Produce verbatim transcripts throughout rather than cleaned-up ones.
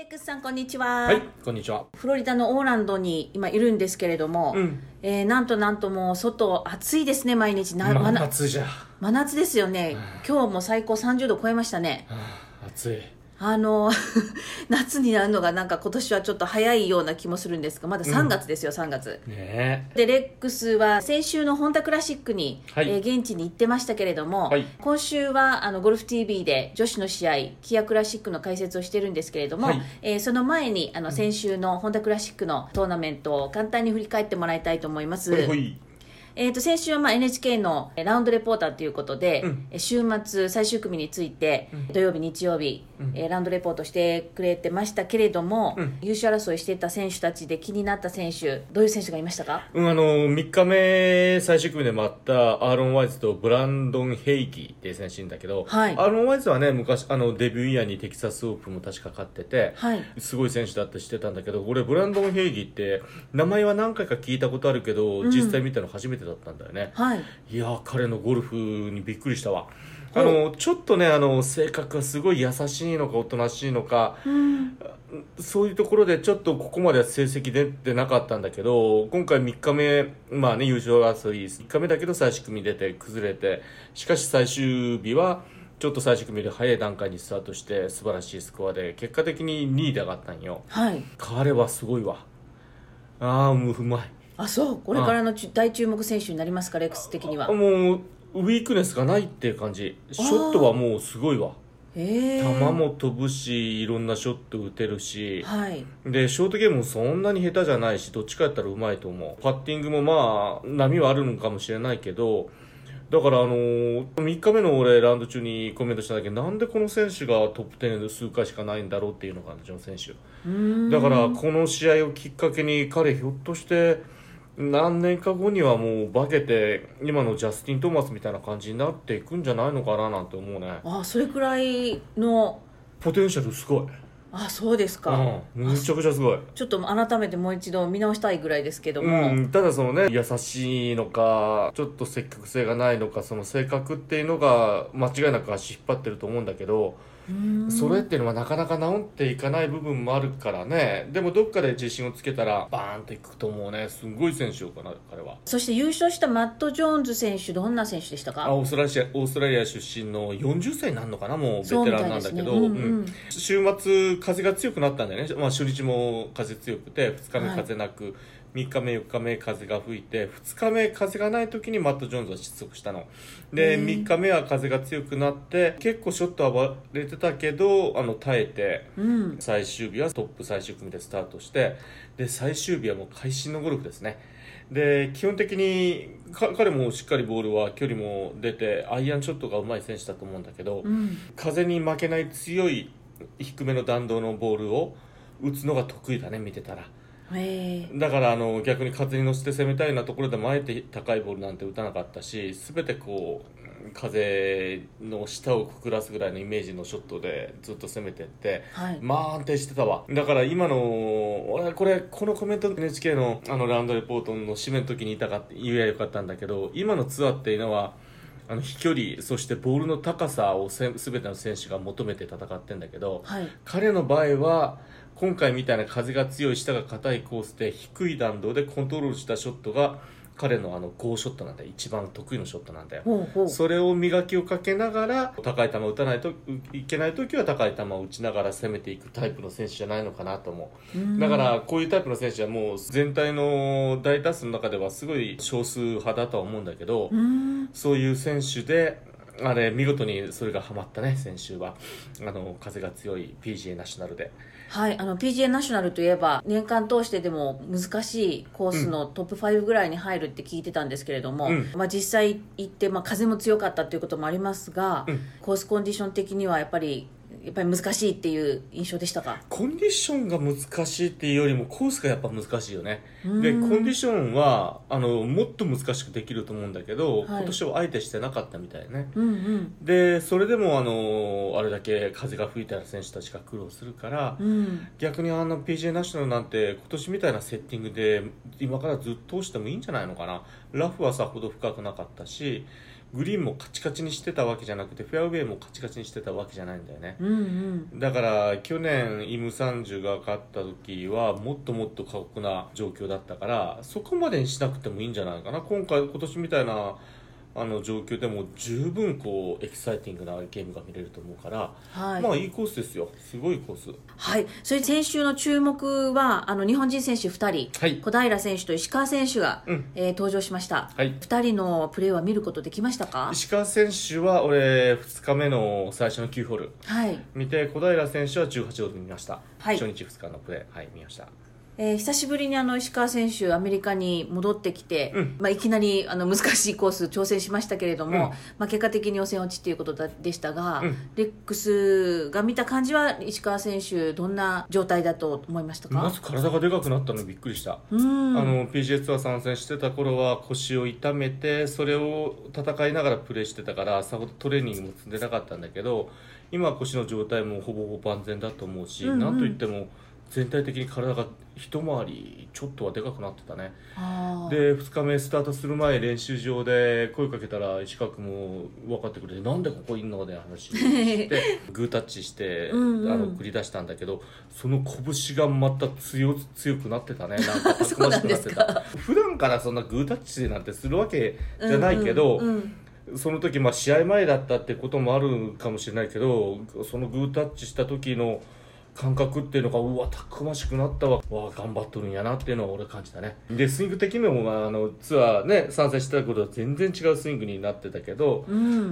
ックスさんこんにちは。 はい、こんにちは。 フロリダのオーランドに今いるんですけれども、 うん、 えー、なんとなんともう外暑いですね。毎日な真夏じゃ真夏ですよね。今日も最高さんじゅうど超えましたね。 はあ、暑い。 あの夏になるのがなんか今年はちょっと早いような気もするんですが、まださんがつですよ、うん、さんがつ、 ね、 でレックスは先週のホンダクラシックに、 はい、 えー、現地に行ってましたけれども、はい、今週はあのゴルフ ティーブイ で女子の試合キアクラシックの解説をしてるんですけれども、はい、えー、その前にあの先週のホンダクラシックのトーナメントを簡単に振り返ってもらいたいと思います。はいはい。えー、と先週はまあ エヌエイチケー のラウンドレポーターということで、うん、週末最終組について、うん、土曜日日曜日、うん、えー、ラウンドレポートしてくれてましたけれども、うん、優勝争いしていた選手たちで気になった選手どういう選手がいましたか？ うん、あのみっかめ最終組で回ったアーロン・ワイズとブランドン・ヘイキーっていう選手なんだけど、はい、アーロン・ワイズはね昔あのデビューイヤーにテキサスオープンも確か勝ってて、はい、すごい選手だって知ってたんだけど、俺ブランドン・ヘイキーって名前は何回か聞いたことあるけど、うん、実際見たの初めてだったんだよね。はい、いや彼のゴルフにびっくりしたわ。あのちょっとねあの性格がすごい優しいのかおとなしいのか、うん、そういうところでちょっとここまでは成績出てなかったんだけど、今回みっかめ、まあね、優勝争いみっかめだけど最終組出て崩れて、しかし最終日はちょっと最終組より早い段階にスタートして素晴らしいスコアで結果的ににいで上がったんよ。はい、彼はすごいわ。ああうまい。 あ、そうこれからの大注目選手になりますか？レックス的にはもうウィークネスがないっていう感じ。ショットはもうすごいわ。球も飛ぶしいろんなショット打てるし、はい、でショートゲームもそんなに下手じゃないし、どっちかやったらうまいと思う。パッティングもまあ波はあるのかもしれないけど、だからあのー、みっかめの俺ラウンド中にコメントしたんだけど、なんでこの選手がトップじゅうで数回しかないんだろうっていうのがジョン選手だから、この試合をきっかけに彼ひょっとして何年か後にはもう化けて今のジャスティン・トーマスみたいな感じになっていくんじゃないのかななんて思うね。 あ、それくらいのポテンシャルすごい。 あ、そうですか。 うん、むちゃくちゃすごい。 ちょっと改めてもう一度見直したいぐらいですけども、 うん、ただそのね優しいのかちょっと積極性がないのか、その性格っていうのが間違いなく足引っ張ってると思うんだけど、それっていうのはなかなか治っていかない部分もあるからね。でもどっかで自信をつけたらバーンといくと思うね。すごい選手かな彼は。 そして優勝したマット・ジョーンズ選手どんな選手でしたか？ あ、オーストラリア、オーストラリア出身のよんじゅっさいになるのかな、もうベテランなんだけど、ね、うんうん、週末風が強くなったんだよね。まあ、初日も風強くてふつかめ風なく、はい、みっかめよっかめ風が吹いて、ふつかめ風がない時にマット・ジョーンズは失速したので、みっかめは風が強くなって結構ショットは割れてたけどあの耐えて、うん、最終日はトップ最終組でスタートして、で最終日はもう会心のゴルフですね。で基本的に彼もしっかりボールは距離も出てアイアンショットが上手い選手だと思うんだけど、うん、風に負けない強い低めの弾道のボールを打つのが得意だね、見てたら。だからあの逆に風に乗せて攻めたいようなところでもあえて高いボールなんて打たなかったし、全てこう風の下をくくらすぐらいのイメージのショットでずっと攻めていって、はい、まあ安定してたわ。だから今の俺これこのコメント エヌエイチケー の, あのラウンドレポートの締めの時に言いたかった言えばよかったんだけど、今のツアーっていうのはあの飛距離そしてボールの高さをせ全ての選手が求めて戦ってるんだけど、はい、彼の場合は今回みたいな風が強い下が硬いコースで低い弾道でコントロールしたショットが彼のあのゴーショットなんだよ。一番得意のショットなんだよ。ほうほう。それを磨きをかけながら高い球を打たないといけない時は高い球を打ちながら攻めていくタイプの選手じゃないのかなと思う。うだからこういうタイプの選手はもう全体の大多数の中ではすごい少数派だとは思うんだけど、うそういう選手であれ見事にそれがハマったね。先週はあの風が強い ピージーエー ナショナルで、 はい、あの ピージーエー ナショナルといえば年間通してでも難しいコースのトップごぐらいに入るって聞いてたんですけれども、うんまあ、実際行って、まあ、風も強かったということもありますが、うん、コースコンディション的にはやっぱりやっぱり難しいっていう印象でしたか？ コンディションが難しいっていうよりもコースがやっぱ難しいよね。でコンディションはあのもっと難しくできると思うんだけど、はい、今年はあえてしてなかったみたいね、うんうん、でそれでもあのあれだけ風が吹いたら選手たちが苦労するから、うん、逆にあの ピージーエー ナショナルなんて今年みたいなセッティングで今からずっと通してもいいんじゃないのかな。ラフはさほど深くなかったしグリーンもカチカチにしてたわけじゃなくてフェアウェイもカチカチにしてたわけじゃないんだよね、 うんうん、 だから去年イムサンジュが勝った時はもっともっと過酷な状況だったから、そこまでにしなくてもいいんじゃないかな。今回今年みたいなあの状況でも十分こうエキサイティングなゲームが見れると思うから、はい、まあいいコースですよ。すごいコース。 はい。それ先週の注目はあの日本人選手ふたり、はい、小平選手と石川選手が、うんえー、登場しました、はい、ふたりのプレーは見ることできましたか？ 石川選手は俺ふつかめの最初のきゅうホール、はい、見て、小平選手はじゅうはちホール見ました、はい、初日ふつかのプレー、はい、見ました。 えー、久しぶりにあの石川選手アメリカに戻ってきて、うんまあ、いきなりあの難しいコース挑戦しましたけれども、うんまあ、結果的に予選落ちということでしたが、うん、レックスが見た感じは石川選手どんな状態だと思いましたか？ まず体がでかくなったのびっくりした。うんあの ピージーエー ツアー参戦してた頃は腰を痛めてそれを戦いながらプレーしてたからさほどトレーニングも積んでなかったんだけど、今は腰の状態もほぼほぼ万全だと思うし、うんうん、なんといっても全体的に体が一回りちょっとはでかくなってたね。でふつかめスタートする前練習場で声かけたら石川君も分かってくれて、なんでここいんのって話してグータッチしてうん、うん、あの繰り出したんだけど、その拳がまた強強くなってたね。なんかたくましくなってた普段からそんなグータッチなんてするわけじゃないけど、うんうんうん、その時、まあ、試合前だったってこともあるかもしれないけど、そのグータッチした時の感覚っていうのがうわたくましくなったわわ頑張っとるんやなっていうのは俺感じたね。でスイング的にも、まあ、あのツアーね参戦してたことは全然違うスイングになってたけど、うん、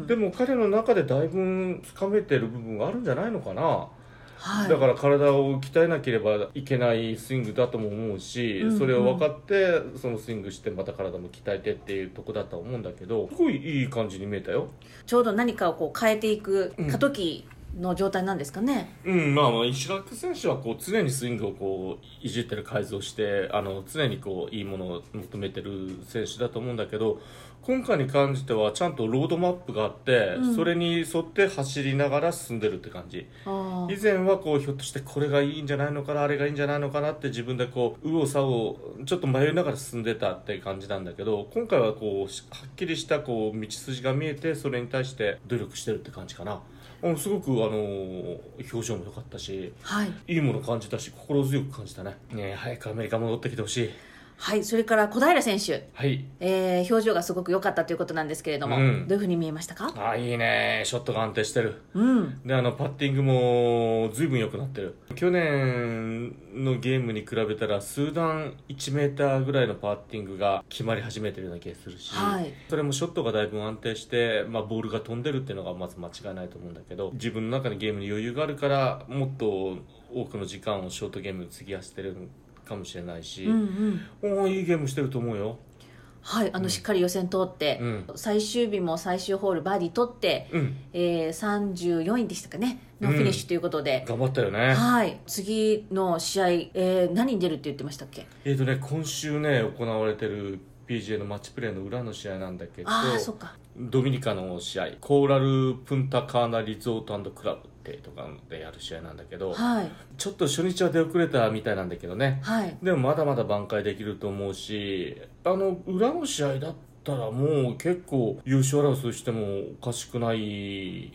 でも彼の中でだいぶつかめてる部分があるんじゃないのかな。はい、だから体を鍛えなければいけないスイングだとも思うし、うんうん、それを分かってそのスイングしてまた体も鍛えてっていうとこだと思うんだけど、すごいいい感じに見えたよ。 ちょうど何かをこう変えていく過渡期、うんの状態なんですかね。 うん、まあ、まあ石川選手はこう常にスイングをこういじってる改造してあの常にこういいものを求めてる選手だと思うんだけど、今回に関してはちゃんとロードマップがあって、うん、それに沿って走りながら進んでるって感じ。以前はこうひょっとしてこれがいいんじゃないのかなあれがいいんじゃないのかなって自分でこう右往左往ちょっと迷いながら進んでたって感じなんだけど、今回はこうはっきりしたこう道筋が見えてそれに対して努力してるって感じかな。すごくあの表情も良かったし、はい、いいもの感じたし心強く感じたね。ねえ早くアメリカ戻ってきてほしい。 はい、それから小平選手、はいえー、表情がすごく良かったということなんですけれども、うん、どういうふうに見えましたか？ あいいね、ショットが安定してる、うん、であのパッティングも随分良くなってる。去年のゲームに比べたら数段いちメーターぐらいのパッティングが決まり始めてるような気がするし、はい、それもショットがだいぶ安定して、まあ、ボールが飛んでるっていうのがまず間違いないと思うんだけど、自分の中にゲームに余裕があるからもっと多くの時間をショートゲームに費やしてるかもしれないし、うんうん、おいいゲームしてると思うよ。 はい、あの、うん、しっかり予選通って、うん、最終日も最終ホールバーディー取って、うんえー、さんじゅうよんいでしたかねのフィニッシュということで、 うん、頑張ったよね。 はい、次の試合、えー、何に出るって言ってましたっけ？ えーとね、今週ね行われてる ピージーエー のマッチプレーの裏の試合なんだけど、 あそっか、 ドミニカの試合コーラルプンタカーナリゾート&クラブとかでやる試合なんだけど、はい、ちょっと初日は出遅れたみたいなんだけどね、はい、でもまだまだ挽回できると思うし、あの裏の試合だったらもう結構優勝争いしてもおかしくない、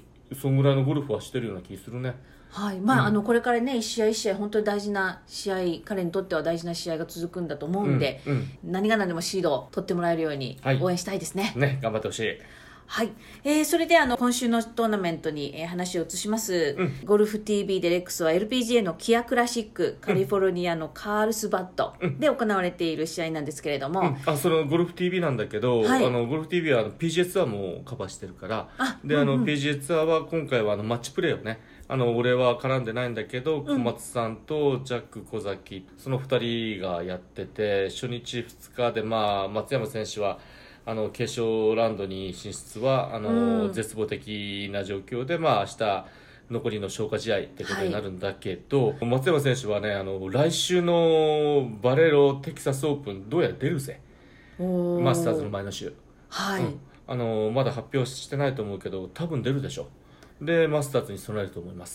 そんぐらいのゴルフはしてるような気するね。 はいまあうん、あのこれからね一試合一試合本当に大事な試合、彼にとっては大事な試合が続くんだと思うんで、うんうん、何が何でもシードを取ってもらえるように応援したいですね。 はい、ね頑張ってほしい。 はい、えー、それであの今週のトーナメントに、えー、話を移します、うん、ゴルフ ティービー でレックスは エルピージーエー のキアクラシックカリフォルニアのカールスバッドで行われている試合なんですけれども、うん、 あそのゴルフ ティービー なんだけど、はい、あのゴルフ ティービー はあの ピージーエー ツアーもカバーしてるから、あで、うんうん、あの ピージーエー ツアーは今回はあのマッチプレーをね、あの俺は絡んでないんだけど、小松さんとジャック小崎そのふたりがやってて、初日ふつかで、まあ、松山選手はあの決勝ラウンドに進出はあの、うん、絶望的な状況で、まあ、明日残りの消化試合ってことになるんだけど、はい、松山選手はねあの来週のバレロテキサスオープンどうやら出るぜ、マスターズの前の週、はいうん、あのまだ発表してないと思うけど多分出るでしょ。でマスターズに備えると思います。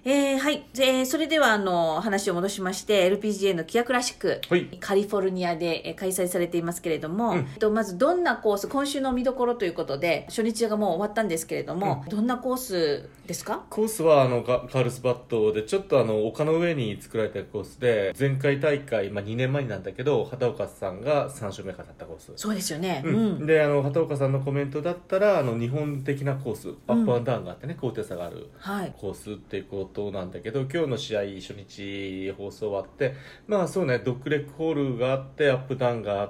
えー、はい、えー、それではあの話を戻しまして エルピージーエー のキアクラシック、はい、カリフォルニアで、えー、開催されていますけれども、うん、えっと、まずどんなコース、今週の見どころということで初日がもう終わったんですけれども、うん、どんなコースですか？ コースはあのカールスバットでちょっとあの丘の上に作られたコースで、前回大会、まあ、にねんまえになんだけど畑岡さんがさん勝目飾ったコース。 そうですよね、 うんうん、であの畑岡さんのコメントだったらあの日本的なコース、アップアンダウンがあってね、高低差があるコースっていうことなんだけど、はい、今日の試合初日放送終わって、まあそうね、ドッグレッグホールがあってアップダウンがあって、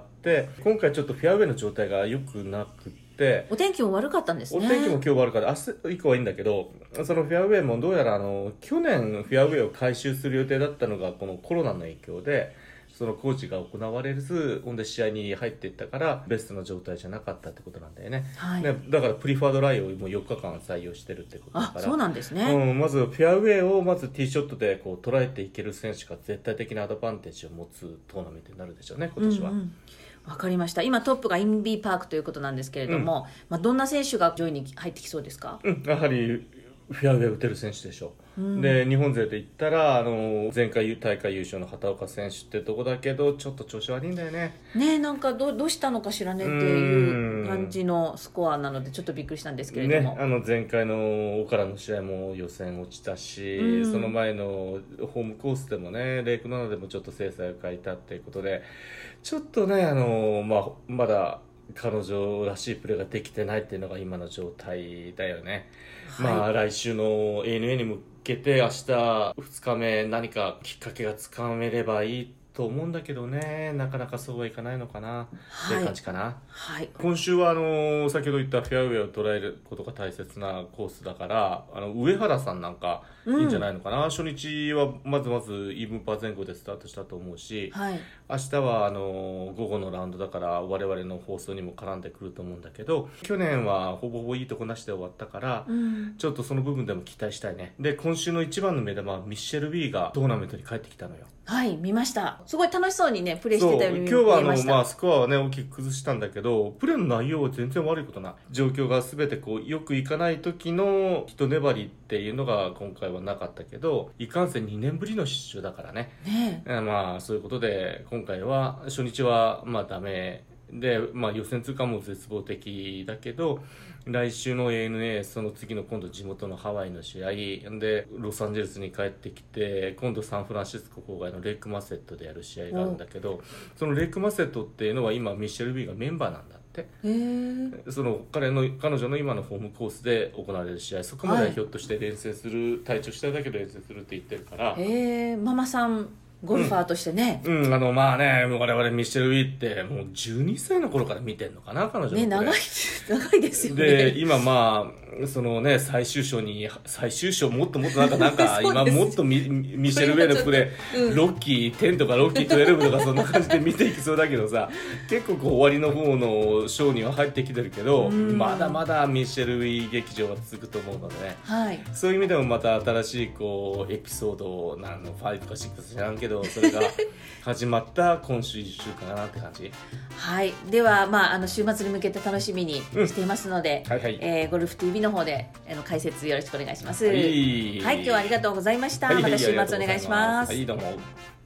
今回ちょっとフェアウェイの状態が良くなくて、 お天気も悪かったんですね。 お天気も今日悪かった。明日以降はいいんだけど、そのフェアウェイもどうやらあの去年フェアウェイを改修する予定だったのがこのコロナの影響でその工事が行われず、ほんで試合に入っていったからベストな状態じゃなかったってことなんだよね、はい、ね、だからプリファードライをもうよっかかん採用してるってことだから。 あ、そうなんですね、 うん、まずフェアウェイをまずティーショットでこう捉えていける選手が絶対的なアドバンテージを持つトーナメントになるでしょうね、今年は。うんうん、 わかりました。今トップがインビーパークということなんですけれども、うん、まあ、どんな選手が上位に入ってきそうですか？ うん、やはりフェアウェイ打てる選手でしょう、うん、で日本勢で言ったらあの前回大会優勝の畑岡選手ってとこだけどちょっと調子悪いんだよね。 ね、なんか ど, どうしたのかしらねっていう感じのスコアなのでちょっとびっくりしたんですけれども、 ね、あの前回のオカラの試合も予選落ちたし、うん、その前のホームコースでもねレイクなのでもちょっと精彩を欠いたっていうことでちょっとねあの、まあ、まだ彼女らしいプレーができてないっていうのが今の状態だよね、はい、まあ来週の エーエヌエー に向けて明日ふつかめ何かきっかけがつかめればいいと思うんだけどね、なかなかそうはいかないのかな、はい、っていう感じかな、はい、今週はあの先ほど言ったフェアウェイを捉えることが大切なコースだからあの上原さんなんかいいんじゃないのかな、うん、初日はまずまずイーブンパー前後でスタートしたと思うし、はい、明日はあの午後のラウンドだから我々の放送にも絡んでくると思うんだけど、去年はほぼほぼいいとこなしで終わったから、うん、ちょっとその部分でも期待したいね。で今週の一番の目玉はミッシェル・ビーがトーナメントに帰ってきたのよ。 はい、見ました。すごい楽しそうにねプレーしてたように見えました。 今日はあの、まあ、スコアはね大きく崩したんだけどプレーの内容は全然悪いことない状況が全てこうよくいかない時の一粘りっていうのが今回はなかったけど、いかんせんにねんぶりの出場だからね、ね、まあそういうことで今回は初日はまあダメで、まあ、予選通過も絶望的だけど来週の エーエヌエー その次の今度地元のハワイの試合でロサンゼルスに帰ってきて今度サンフランシスコ郊外のレイクマセットでやる試合があるんだけど、そのレイクマセットっていうのは今ミッシェル・ビーがメンバーなんだって。その 彼, の彼女の今のホームコースで行われる試合、そこまでひょっとして連戦する、はい、体調したいだけで連戦するって言ってるから、 へー、ママさんゴルファーとしてね、 うん、うん、あのまあね我々ミッシェル・ウィーってもうじゅうにさいの頃から見てんのかな彼女のね、 長い長いですよね。 で今まあそのね最終章に最終章もっともっとなんかなんか今もっと ミ, ミシェル・ウェルプで、うん、ロッキーテンとかロッキーじゅうにとかそんな感じで見ていきそうだけどさ結構こう終わりの方の章には入ってきてるけど、まだまだミシェル・ウィー劇場は続くと思うのでね、はい、そういう意味でもまた新しいこうエピソードなんのごとかろく知らんけどそれが始まった今週いっしゅうかんかなって感じ。 はい、では、まあ、あの週末に向けて楽しみにしていますので、うん、はいはい、えー、ゴルフ ティービー の方であの解説よろしくお願いします。はい、はい、今日はありがとうございました。はい、また週末お願いします。 はい、どうも。